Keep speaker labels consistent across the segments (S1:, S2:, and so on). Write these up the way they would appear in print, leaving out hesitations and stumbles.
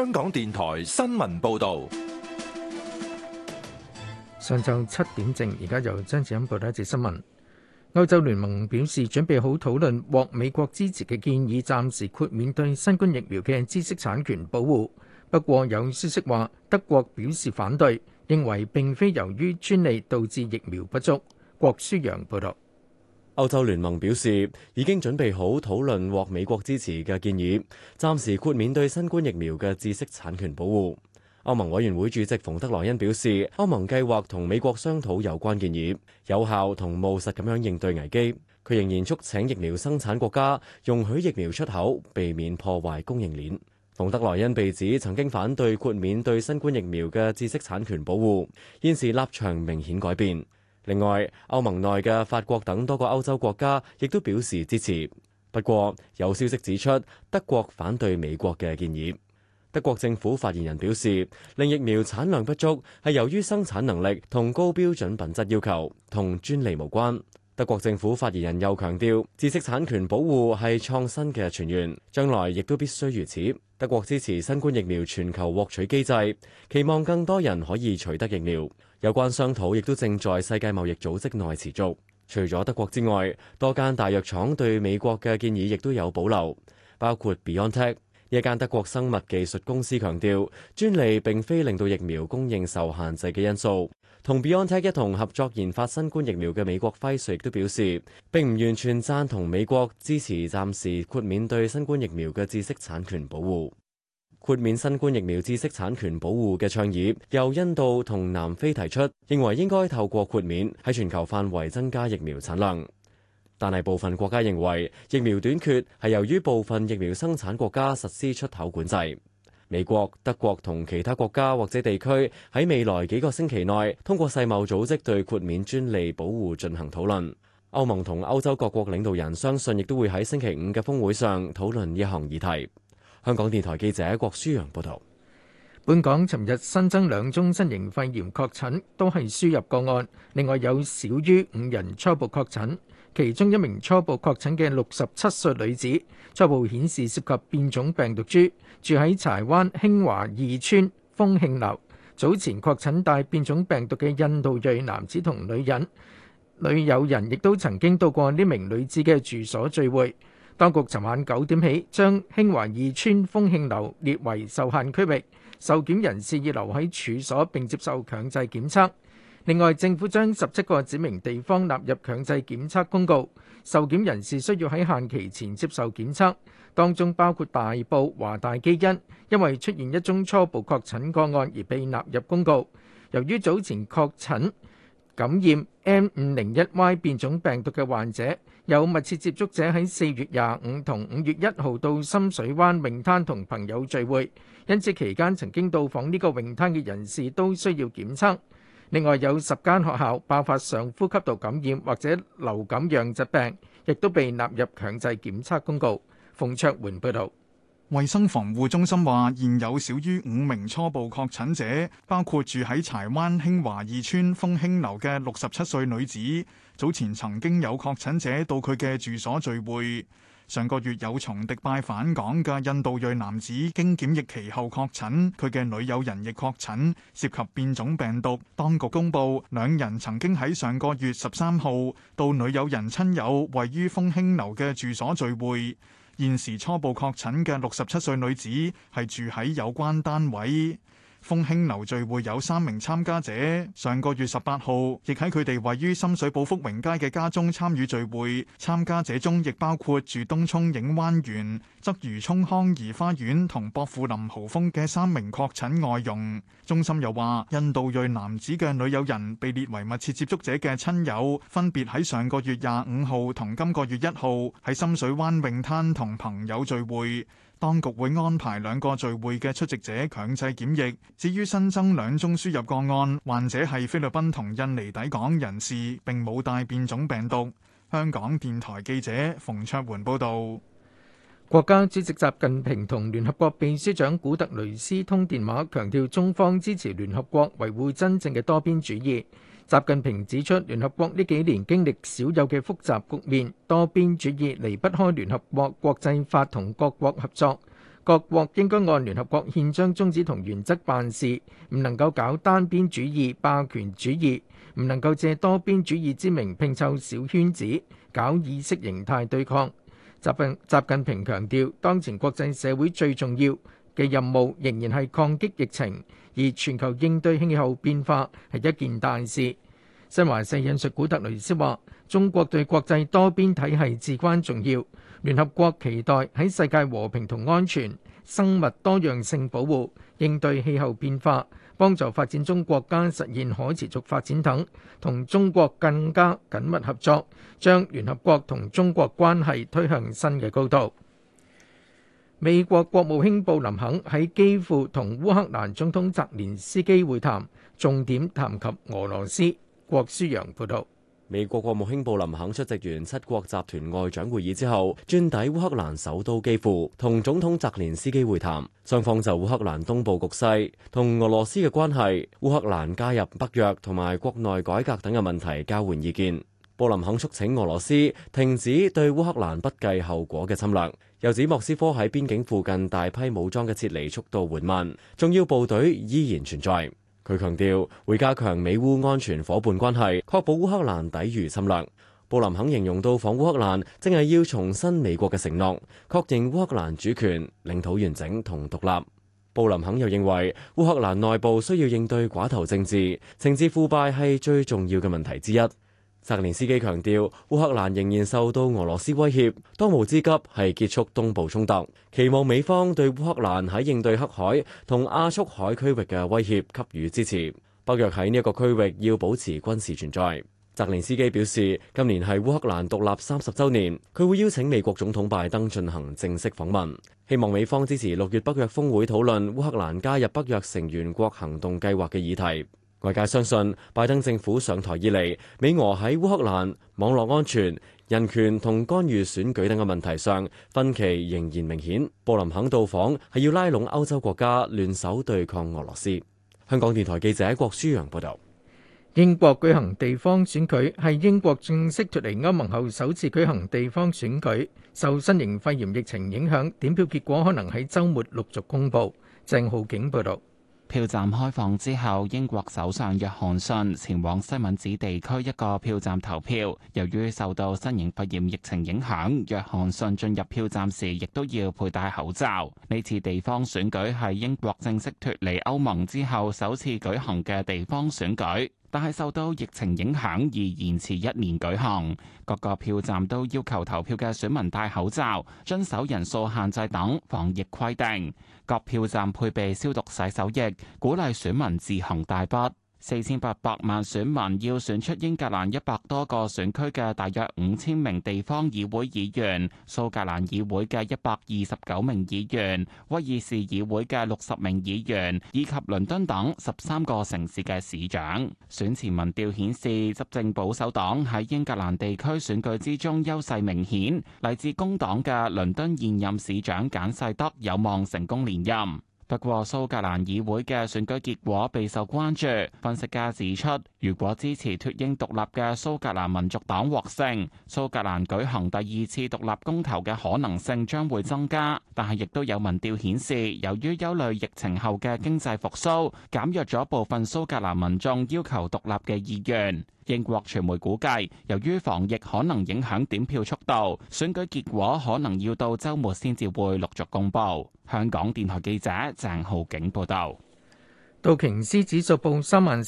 S1: 香港電台新聞報導。
S2: 上晝7點正，而家由張子欣報道一節新聞。歐洲聯盟表示準備好討論獲美國支持嘅建議，暫時豁免對新冠疫苗嘅知識產權保護。不過有消息話，德國表示反對，認為並非由於專利導致疫苗不足。郭舒陽報導。
S3: 歐洲聯盟表示已經準備好討論獲美國支持嘅建議，暫時豁免對新冠疫苗嘅知識產權保護。歐盟委員會主席馮德萊恩表示，歐盟計劃同美國商討有關建議，有效同務實咁樣應對危機。佢仍然促請疫苗生產國家容許疫苗出口，避免破壞供應鏈。馮德萊恩被指曾經反對豁免對新冠疫苗嘅知識產權保護，現時立場明顯改變。另外，歐盟內嘅法國等多個歐洲國家亦都表示支持。不過，有消息指出，德國反對美國嘅建議。德國政府發言人表示，令疫苗產量不足係由於生產能力同高標準品質要求，同專利無關。德國政府發言人又強調，知識產權保護係創新嘅泉源，將來亦都必須如此。德國支持新冠疫苗全球獲取機制，期望更多人可以取得疫苗。有關商討亦都正在世界貿易組織內持續。除咗德國之外，多間大藥廠對美國嘅建議亦都有保留，包括 BioNTech。一間德國生物技術公司強調，專利並非令到疫苗供應受限制嘅因素。同 BioNTech 一同合作研發新冠疫苗嘅美國輝瑞亦都表示，並唔完全贊同美國支持暫時豁免對新冠疫苗嘅知識產權保護。豁免新冠疫苗知識產權保護嘅倡議由印度同南非提出，認為應該透過豁免喺全球範圍增加疫苗產量。但係部分國家認為疫苗短缺係由於部分疫苗生產國家實施出口管制。美國、德國同其他國家或者地區喺未來幾個星期內通過世貿組織對豁免專利保護進行討論。歐盟同歐洲各國領導人相信亦都會喺星期五嘅峰會上討論呢項議題。香港電台記者郭舒陽報道。
S2: 本港尋日新增2宗新型肺炎確診，都係輸入個案，另外有少於5人初步確診。其中一名初步確診嘅67歲女子，初步顯示涉及變種病毒株，住喺柴灣興華2村豐慶樓。早前確診帶變種病毒嘅印度裔男子同女友人亦都曾經到過呢名女子嘅住所聚會。當局尋晚9點起將興華2村豐慶樓列為受限區域，受檢人士要留喺處所並接受強制檢測。另外，政府將17個指明地方納入強制檢測公告，受檢人士需要喺限期前接受檢測，當中包括大埔華大基因，因為出現一宗初步確診個案而被納入公告。由於早前確診感染 M501Y 變種病毒嘅患者，有密切接觸者喺4月25同5月1號到深水灣泳灘同朋友聚會，因此期間曾經到訪呢個泳灘嘅人士都需要檢測。另外有10間學校爆發上呼吸道感染或者流感樣疾病，亦都被納入強制檢測公告。馮卓桓報導。
S4: 衛生防護中心話，現有少於5名初步確診者，包括住喺柴灣興華2村豐興樓嘅67歲女子，早前曾經有確診者到佢嘅住所聚會。上個月有從迪拜返港嘅印度裔男子經檢疫期後確診，佢嘅女友人亦確診，涉及變種病毒。當局公布2人曾經喺上個月13號到女友人親友位於豐興樓嘅住所聚會。現時初步確診嘅67歲女子係住喺有關單位。豐興樓聚會有3名參加者，上個月18號亦喺佢哋位於深水埗福榮街嘅家中參與聚會。參加者中亦包括住東涌映灣園、鰂魚涌康怡花園同薄扶林豪峰嘅3名確診外傭。中心又話，印度裔男子嘅女友人被列為密切接觸者嘅親友，分別喺上個月25號同今個月1號喺深水灣泳灘同朋友聚會。當局會安排2個聚會嘅出席者強制檢疫。至於新增2宗輸入個案，患者係菲律賓同印尼抵港人士，並冇帶變種病毒。香港電台記者馮卓桓報導。
S2: 國家主席習近平同聯合國秘書長古特雷斯通電話，強調中方支持聯合國維護真正嘅多邊主義。習近平指出，聯合國呢幾年經歷少有嘅複雜局面，多邊主義離不開聯合國國際法同各國合作。 各國應該按聯合國憲章宗旨同原則辦事，唔能夠搞單邊主義、霸權主義，唔能夠借多邊主義之名拼湊小圈子，搞意識形態對抗。習近平強調，當前國際社會最重要嘅任務仍然係抗擊疫情，而全球應對氣候變化係一件大事。新華社引述古特雷斯話：中國對國際多邊體系至關重要。聯合國期待喺世界和平同安全、生物多樣性保護、應對氣候變化、幫助發展中國家實現可持續發展等，同中國更加緊密合作，將聯合國同中國關係推向新嘅高度。美國國務卿布林肯喺基輔同烏克蘭總統澤連斯基會談，重點談及俄羅斯。郭舒陽報導。
S3: 美國國務卿布林肯出席完七國集團外長會議之後，轉抵烏克蘭首都基輔，同總統澤連斯基會談。雙方就烏克蘭東部局勢、同俄羅斯嘅關係、烏克蘭加入北約同埋國內改革等嘅問題交換意見。布林肯促請俄羅斯停止對烏克蘭不計後果嘅侵略，又指莫斯科喺邊境附近大批武裝嘅撤離速度緩慢，重要部隊依然存在。佢強調會加強美烏安全夥伴關係，確保烏克蘭抵禦侵略。布林肯形容到訪烏克蘭正係要重申美國嘅承諾，確認烏克蘭主權、領土完整同獨立。布林肯又認為烏克蘭內部需要應對寡頭政治，政治腐敗係最重要嘅問題之一。澤連斯基強調，烏克蘭仍然受到俄羅斯威脅，當務之急係結束東部衝突，期望美方對烏克蘭喺應對黑海同亞速海區域嘅威脅給予支持。北約喺呢一個區域要保持軍事存在。澤連斯基表示，今年係烏克蘭獨立30週年，佢會邀請美國總統拜登進行正式訪問，希望美方支持6月北約峰會討論烏克蘭加入北約成員國行動計劃嘅議題。外界相信，拜登政府上台以嚟，美俄喺烏克蘭、網絡安全、人權同干預選舉等嘅問題上分歧仍然明顯。布林肯到訪係要拉攏歐洲國家聯手對抗俄羅斯。香港電台記者郭舒陽報導。
S2: 英國舉行地方選舉，係英國正式脫離歐盟後首次舉行地方選舉。受新型肺炎疫情影響，點票結果可能喺週末陸續公佈。鄭浩景報導。
S5: 票站開放之後，英國首相約翰遜前往西敏寺地區一個票站投票。由於受到新型肺炎疫情影響，約翰遜進入票站時亦都要佩戴口罩。呢次地方選舉係英國正式脫離歐盟之後首次舉行嘅地方選舉，但係受到疫情影響而延遲1年舉行。各個票站都要求投票嘅選民戴口罩、遵守人數限制等防疫規定。各票站配備消毒洗手液，鼓勵選民自行帶筆。4800萬選民要選出英格蘭100多個選區嘅大約5000名地方議會議員，蘇格蘭議會嘅129名議員，威爾士議會嘅60名議員，以及倫敦等13個城市嘅市長。選前民調顯示，執政保守黨喺英格蘭地區選舉之中優勢明顯，嚟自工黨嘅倫敦現任市長簡世德有望成功連任。不過蘇格蘭議會嘅選舉結果備受關注，分析家指出，如果支持脫英獨立嘅蘇格蘭民族黨獲勝，蘇格蘭舉行第2次獨立公投嘅可能性將會增加。但係亦都有民調顯示，由於憂慮疫情後嘅經濟復甦，減弱咗部分蘇格蘭民眾要求獨立嘅意願。英國傳媒估計，由於防疫可能影響點票速度，選舉結果可能要到週末先至會陸續公佈。香港電台記者鄭浩景報道。
S2: 道瓊斯指數報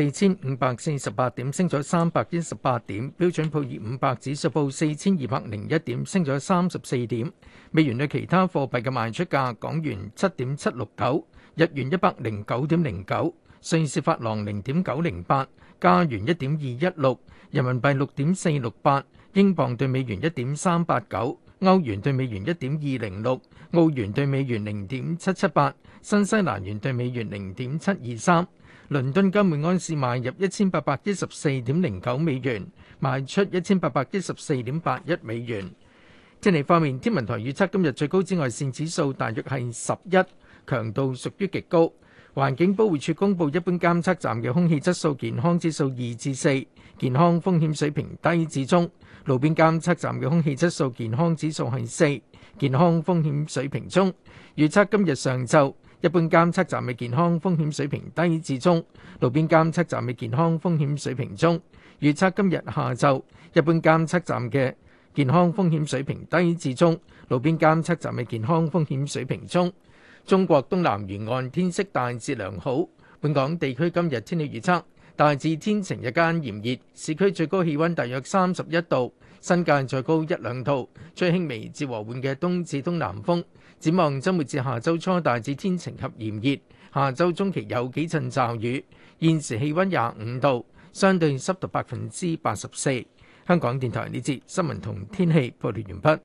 S2: 34,548點，升咗318點；標準普爾500指數報4201點，升咗34點。美元對其他貨幣嘅賣出價：港元7.769，日元109.09，瑞士法郎0.908，加元1.216，人民幣6.468，英鎊對美元1.389，歐元對美元1.206，澳元對美元0.778，新西蘭元對美元0.723。倫敦金每安士買入1814.09美元，賣出1814.81美元。天氣方面，天文台預測今日最高紫外線指數大約係11，強度屬於極高。 環境保護署公布一般監測站嘅空氣質素健康指數2至4，健康風險水平低至中；路邊監測站嘅空氣質素健康指數係4，健康風險水平中。預測今日上晝一般監測站嘅健康風險水平低至中，路邊監測站嘅健康風險水平中。預測今日下晝一般監測站嘅健康風險水平低至中，路邊監測站嘅健康風險水平中。中國東南沿岸天色大致良好。本港地區今日天氣預測大致天晴，日間炎熱，市區最高氣溫大約31度，新界再高1-2度，吹輕微至和緩嘅東至東南風。展望週末至下週初大致天晴及炎熱，下週中期有幾陣驟雨。現時氣溫25度，相對濕度84%。香港電台呢節新聞同天氣報道完畢。